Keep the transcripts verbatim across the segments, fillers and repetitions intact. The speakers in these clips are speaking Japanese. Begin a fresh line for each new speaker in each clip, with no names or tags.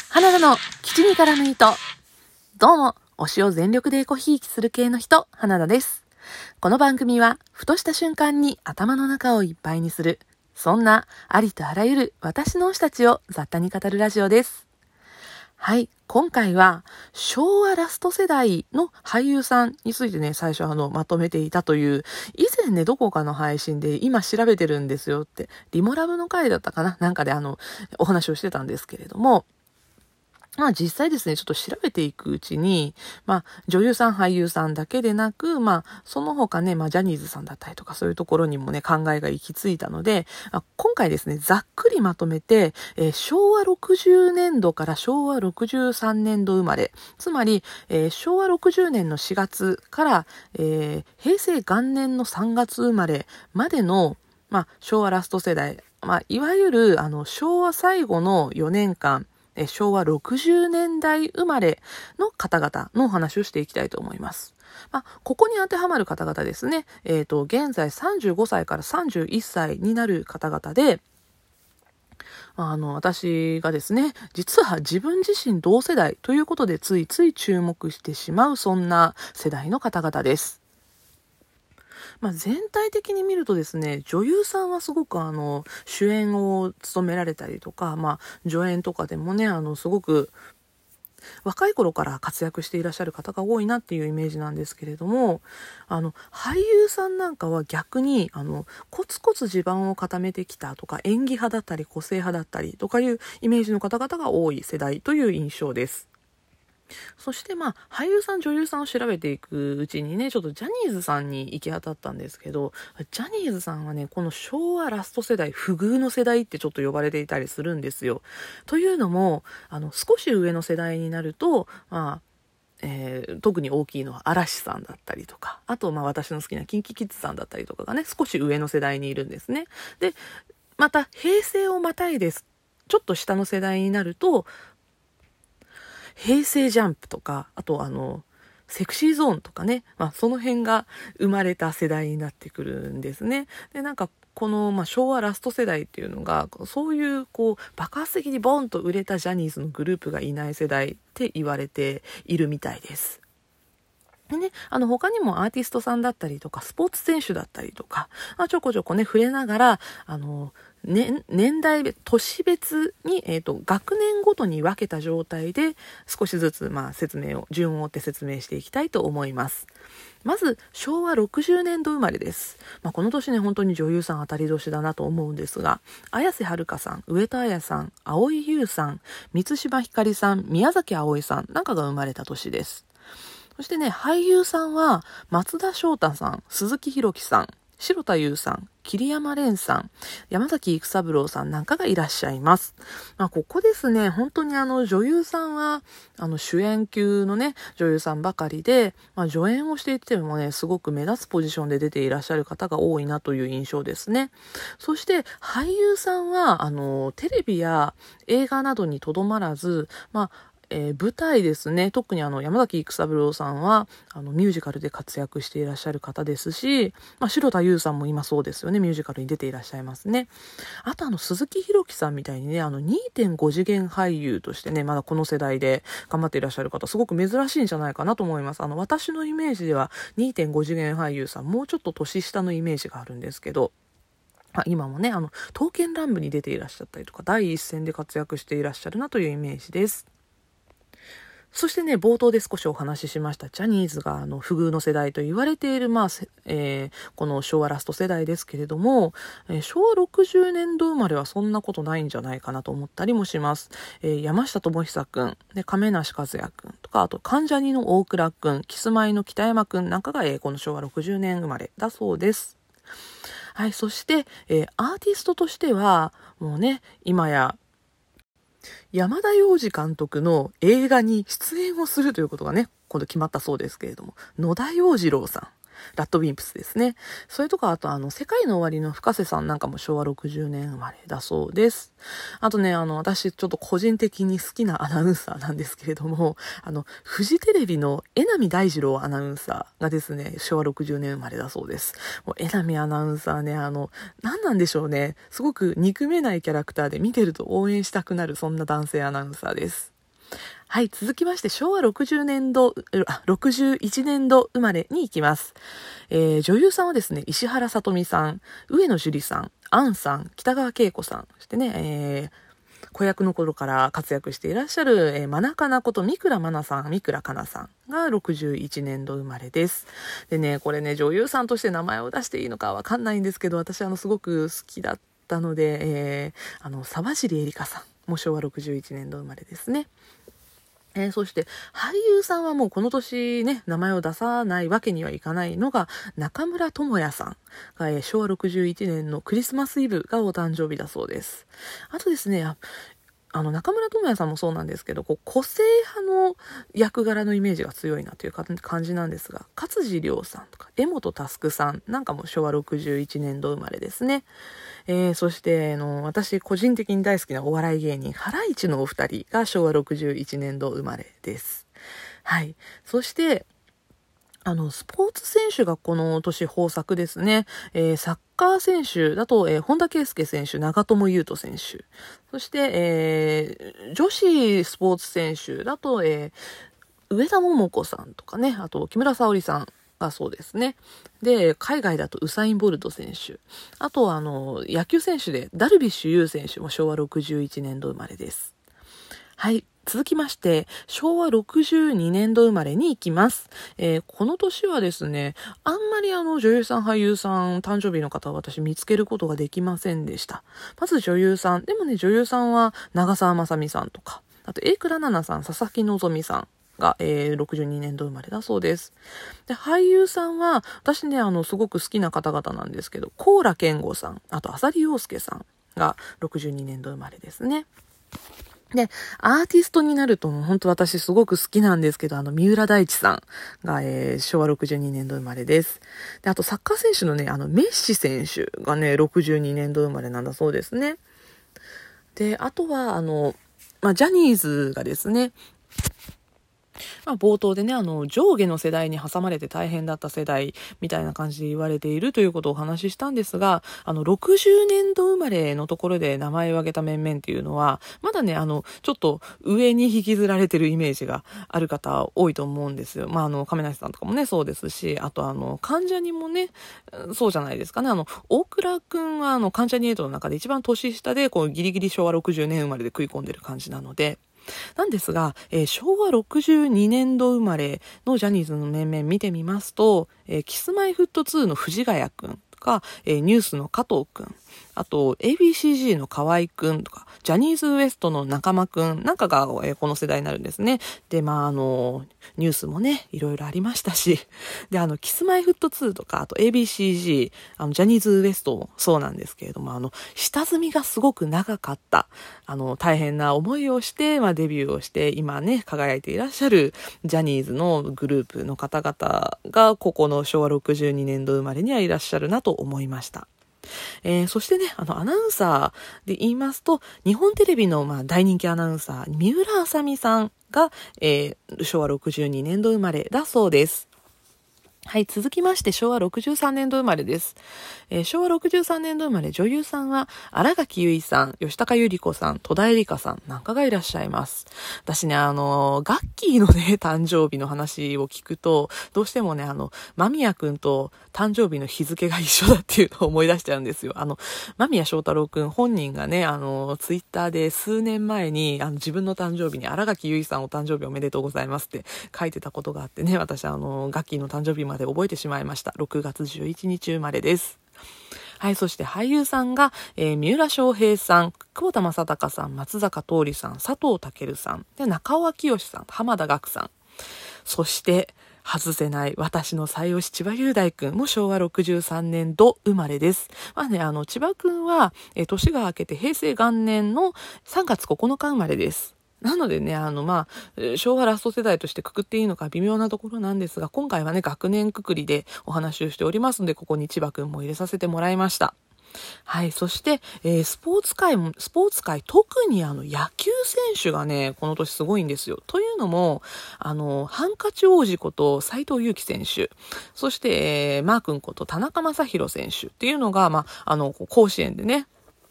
花田の吉に絡む糸。どうも、推しを全力でエコひいきする系の人、花田です。この番組は、ふとした瞬間に頭の中をいっぱいにする、そんなありとあらゆる私の推したちを雑多に語るラジオです。はい、今回は昭和ラスト世代の俳優さんについてね、最初あのまとめていたという、以前ね、どこかの配信で今調べてるんですよって、リモラブの回だったかななんかであの、お話をしてたんですけれども、まあ実際ですね、ちょっと調べていくうちに、まあ女優さん、俳優さんだけでなく、まあその他ね、まあジャニーズさんだったりとかそういうところにもね、考えが行き着いたので、あ今回ですね、ざっくりまとめて、えー、昭和ろくじゅうねんどから昭和ろくじゅうさんねんど生まれ、つまり、えー、昭和ろくじゅうねんのしがつから、えー、平成元年のさんがつ生まれまでの、まあ昭和ラスト世代、まあいわゆるあの昭和最後のよねんかん、昭和ろくじゅうねんだい生まれの方々のお話をしていきたいと思います。まあ、ここに当てはまる方々ですね。えっと、現在さんじゅうごさいからさんじゅういっさいになる方々で、あの、私がですね、実は自分自身同世代ということでついつい注目してしまうそんな世代の方々です。まあ、全体的に見るとですね、女優さんはすごくあの、主演を務められたりとか、まあ、助演とかでもね、あの、すごく若い頃から活躍していらっしゃる方が多いなっていうイメージなんですけれども、あの、俳優さんなんかは逆に、あの、コツコツ地盤を固めてきたとか、演技派だったり、個性派だったりとかいうイメージの方々が多い世代という印象です。そしてまあ俳優さん女優さんを調べていくうちにね、ちょっとジャニーズさんに行き当たったんですけど、ジャニーズさんはね、この昭和ラスト世代、不遇の世代ってちょっと呼ばれていたりするんですよ。というのも、あの少し上の世代になると、まあえー、特に大きいのは嵐さんだったりとか、あとまあ私の好きなキンキキッズさんだったりとかがね、少し上の世代にいるんですね。で、また平成をまたいです。ちょっと下の世代になると、平成ジャンプとか、あとあの、セクシーゾーンとかね、まあその辺が生まれた世代になってくるんですね。で、なんかこの、まあ、昭和ラスト世代っていうのが、そういうこう、爆発的にボンと売れたジャニーズのグループがいない世代って言われているみたいです。でね、あの他にもアーティストさんだったりとか、スポーツ選手だったりとか、まあ、ちょこちょこね、触れながら、あの、ね、年代別、年別に、えっと、学年ごとに分けた状態で、少しずつ、まあ、説明を、順を追って説明していきたいと思います。まず、昭和ろくじゅうねんど生まれです。まあ、この年ね、本当に女優さん当たり年だなと思うんですが、綾瀬はるかさん、上戸彩さん、蒼井優さん、満島ひかりさん、宮崎あおいさんなんかが生まれた年です。そしてね、俳優さんは、松田翔太さん、鈴木宏樹さん、城田優さん、桐山蓮さん、山崎育三郎さんなんかがいらっしゃいます。まあ、ここですね、本当にあの女優さんは、あの主演級のね、女優さんばかりで、まあ、助演をしていてもね、すごく目立つポジションで出ていらっしゃる方が多いなという印象ですね。そして俳優さんは、あの、テレビや映画などにとどまらず、まあ、えー、舞台ですね。特にあの山崎育三郎さんはあのミュージカルで活躍していらっしゃる方ですし、まあ、城田優さんも今そうですよね。ミュージカルに出ていらっしゃいますね。あとあの鈴木宏樹さんみたいにね、あの にてんご 次元俳優としてね、まだこの世代で頑張っていらっしゃる方、すごく珍しいんじゃないかなと思います。あの私のイメージでは にてんご 次元俳優さん、もうちょっと年下のイメージがあるんですけど、まあ、今もね、あの刀剣乱舞に出ていらっしゃったりとか、第一線で活躍していらっしゃるなというイメージです。そしてね、冒頭で少しお話ししました、ジャニーズがあの不遇の世代と言われている、まあえー、この昭和ラスト世代ですけれども、えー、昭和ろくじゅうねんど生まれはそんなことないんじゃないかなと思ったりもします。えー、山下智久くん、で亀梨和也くんとか、あと関ジャニの大倉くん、キスマイの北山くんなんかが、えー、この昭和ろくじゅうねん生まれだそうです。はい、そして、えー、アーティストとしては、もうね、今や、山田洋次監督の映画に出演をするということがね、今度決まったそうですけれども、野田洋次郎さん、ラッドウィンプスですね。それとか、あとあの、世界の終わりの深瀬さんなんかも昭和ろくじゅうねん生まれだそうです。あとね、あの、私ちょっと個人的に好きなアナウンサーなんですけれども、あの、フジテレビの江波大二郎アナウンサーがですね、昭和ろくじゅうねん生まれだそうです。もう江波アナウンサーね、あの、何なんでしょうね。すごく憎めないキャラクターで見てると応援したくなる、そんな男性アナウンサーです。 はい、続きまして、昭和ろくじゅうねんど、あ、ろくじゅういちねんど生まれに行きます。えー、女優さんはですね、石原さとみさん、上野樹里さん、杏さん、北川景子さん、そしてね、えー、子役の頃から活躍していらっしゃる、えー、マナカナこと三倉真奈さん、三倉かなさんがろくじゅういちねんど生まれです。でね、これね、女優さんとして名前を出していいのかわかんないんですけど、私あの、すごく好きだったので、えー、あの、沢尻エリカさんも昭和ろくじゅういちねんど生まれですね。えー、そして俳優さんはもうこの年ね、名前を出さないわけにはいかないのが中村倫也さんが、えー、昭和ろくじゅういちねんのクリスマスイブがお誕生日だそうです。あとですね、あの中村倫也さんもそうなんですけど、こう個性派の役柄のイメージが強いなという感じなんですが、勝地涼さんとか江本佑さんなんかも昭和ろくじゅういちねんど生まれですね。えー、そしてあの私個人的に大好きなお笑い芸人ハライチのお二人が昭和ろくじゅういちねんど生まれです。はい。そしてあのスポーツ選手がこの年豊作ですね。えー、サッカー選手だと、えー、本田圭佑選手、長友佑都選手、そして、えー、女子スポーツ選手だと、えー、上田桃子さんとかね、あと木村沙織さんがそうですね。で、海外だとウサイン・ボルト選手、あとはあの野球選手でダルビッシュ有選手も昭和ろくじゅういちねんど生まれです。はい。続きまして、昭和ろくじゅうにねんど生まれに行きます。えー、この年はですね、あんまりあの女優さん、俳優さん、誕生日の方は私見つけることができませんでした。まず女優さん。でもね、女優さんは長澤まさみさんとか、あと、榮倉奈々さん、佐々木希さんが、えー、ろくじゅうにねんど生まれだそうです。で、俳優さんは、私ね、あの、すごく好きな方々なんですけど、高良健吾さん、あと、浅利陽介さんがろくじゅうにねんど生まれですね。で、アーティストになると、本当私すごく好きなんですけど、あの、三浦大知さんが、えー、昭和ろくじゅうにねんど生まれです。で、あとサッカー選手のね、あの、メッシ選手がね、ろくじゅうにねんど生まれなんだそうですね。で、あとは、あの、まあ、ジャニーズがですね、まあ、冒頭でね、あの、上下の世代に挟まれて大変だった世代みたいな感じで言われているということをお話ししたんですが、あの、ろくじゅうねんど生まれのところで名前を挙げた面々っていうのは、まだね、あの、ちょっと上に引きずられてるイメージがある方多いと思うんですよ。まあ、あの、亀梨さんとかもね、そうですし、あとあの、関ジャニもね、そうじゃないですかね。あの、大倉くんはあの、関ジャニエイトの中で一番年下で、こう、ギリギリ昭和ろくじゅうねん生まれで食い込んでる感じなので、なんですが、えー、昭和ろくじゅうにねんど生まれのジャニーズの面々見てみますと、えー、キスマイフットツーの藤ヶ谷くんとか、えー、ニュースの加藤くん、あと エービーシージー の河合くんとか、ジャニーズ ウエストの中間くんなんかが、えー、この世代になるんですね。で、まあ、あの、ニュースもね、いろいろありましたし、で、あの、キスマイフットツーとか、あと エービーシージー、あの、ジャニーズ ウエストもそうなんですけれども、あの、下積みがすごく長かった、あの、大変な思いをして、まあ、デビューをして、今ね、輝いていらっしゃるジャニーズのグループの方々が、ここの昭和ろくじゅうにねんど生まれにはいらっしゃるなと思いました。えー、そしてね、あの、アナウンサーで言いますと、日本テレビの、まあ、大人気アナウンサー、三浦あさみさんが、えー、昭和ろくじゅうにねんど生まれだそうです。はい、続きまして昭和ろくじゅうさんねんど生まれです。えー、昭和ろくじゅうさんねんど生まれ女優さんは新垣結衣さん、吉高由里子さん、戸田恵梨香さんなんかがいらっしゃいます。私ね、あの、ガッキーのね、誕生日の話を聞くと、どうしてもね、あの、間宮くんと誕生日の日付が一緒だっていうのを思い出しちゃうんですよ。あの、間宮祥太朗くん本人がね、あの、ツイッターで数年前に、あの、自分の誕生日に新垣結衣さんお誕生日おめでとうございますって書いてたことがあってね、私あの、ガッキーの誕生日まで覚えてしまいました。ろくがつじゅういちにち生まれです。はい、そして俳優さんが、えー、三浦翔平さん、久保田正孝さん、松坂桃李さん、佐藤健さん、で中尾明慶さん、浜田岳さん、そして外せない私の最推し千葉雄大くんも昭和ろくじゅうさんねんど生まれです。まあね、あの千葉くんは、えー、年が明けて平成元年のさんがつここのか生まれです。なのでね、あの、まあ、昭和ラスト世代としてくくっていいのか微妙なところなんですが、今回はね、学年くくりでお話をしておりますので、ここに千葉くんも入れさせてもらいました。はい。そして、えー、スポーツ界も、スポーツ界、特にあの、野球選手がね、この年すごいんですよ。というのも、あの、ハンカチ王子こと斉藤佑樹選手、そして、えー、マー君こと田中将大選手っていうのが、まあ、あの、甲子園でね、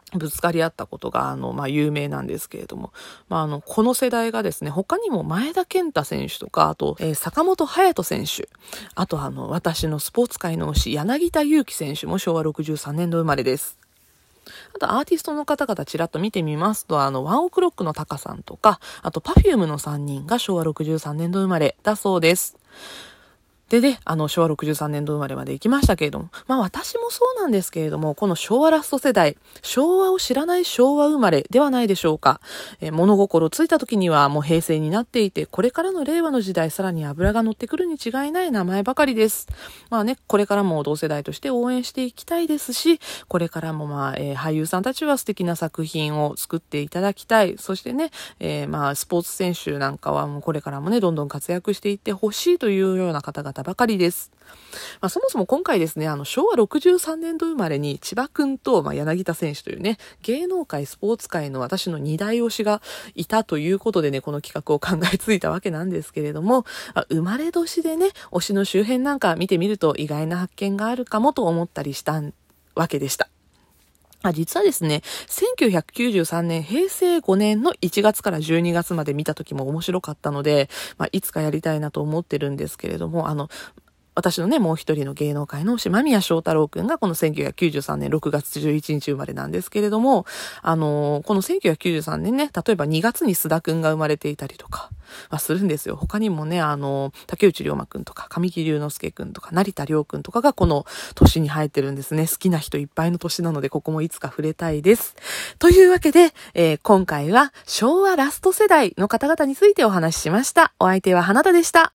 ぶつかり合ったことが、あの、まあ、有名なんですけれども、まあ、あの、この世代がですね、他にも前田健太選手とか、あと、えー、坂本勇人選手、あと、あの、私のスポーツ界の推し、柳田悠岐選手もしょうわろくじゅうさんねんど生まれです。あと、アーティストの方々ちらっと見てみますと、あの、ワンオクロックのタカさんとか、あと、パフュームのさんにんがしょうわろくじゅうさんねんど生まれだそうです。でね、あの、しょうわろくじゅうさんねんど生まれまで行きましたけれども、まあ私もそうなんですけれども、この昭和ラスト世代、昭和を知らない昭和生まれではないでしょうか。えー、物心ついた時にはもう平成になっていて、これからの令和の時代、さらに油が乗ってくるに違いない名前ばかりです。まあね、これからも同世代として応援していきたいですし、これからもまあ、えー、俳優さんたちは素敵な作品を作っていただきたい。そしてね、えー、まあ、スポーツ選手なんかはもうこれからもね、どんどん活躍していってほしいというような方々ばかりです。まあ、そもそも今回ですね、あの、しょうわろくじゅうさんねんど生まれに千葉くんと、まあ、柳田選手というね、芸能界、スポーツ界の私の二大推しがいたということでね、この企画を考えついたわけなんですけれども、まあ、生まれ年でね、推しの周辺なんか見てみると意外な発見があるかもと思ったりしたわけでした。あ、実はですね、せんきゅうひゃくきゅうじゅうさんねん、へいせいごねんのいちがつからじゅうにがつまで見た時も面白かったので、まあ、いつかやりたいなと思ってるんですけれども、あの、私のね、もう一人の芸能界の島宮祥太郎くんがこのせんきゅうひゃくきゅうじゅうさんねんろくがつじゅういちにち生まれなんですけれども、あのー、このせんきゅうひゃくきゅうじゅうさんねんね、例えばにがつに須田くんが生まれていたりとかはするんですよ。他にもね、あのー、竹内涼真くんとか、神木隆之介くんとか、成田凌くんとかがこの年に入ってるんですね。好きな人いっぱいの年なので、ここもいつか触れたいです。というわけで、えー、今回は昭和ラスト世代の方々についてお話ししました。お相手は花田でした。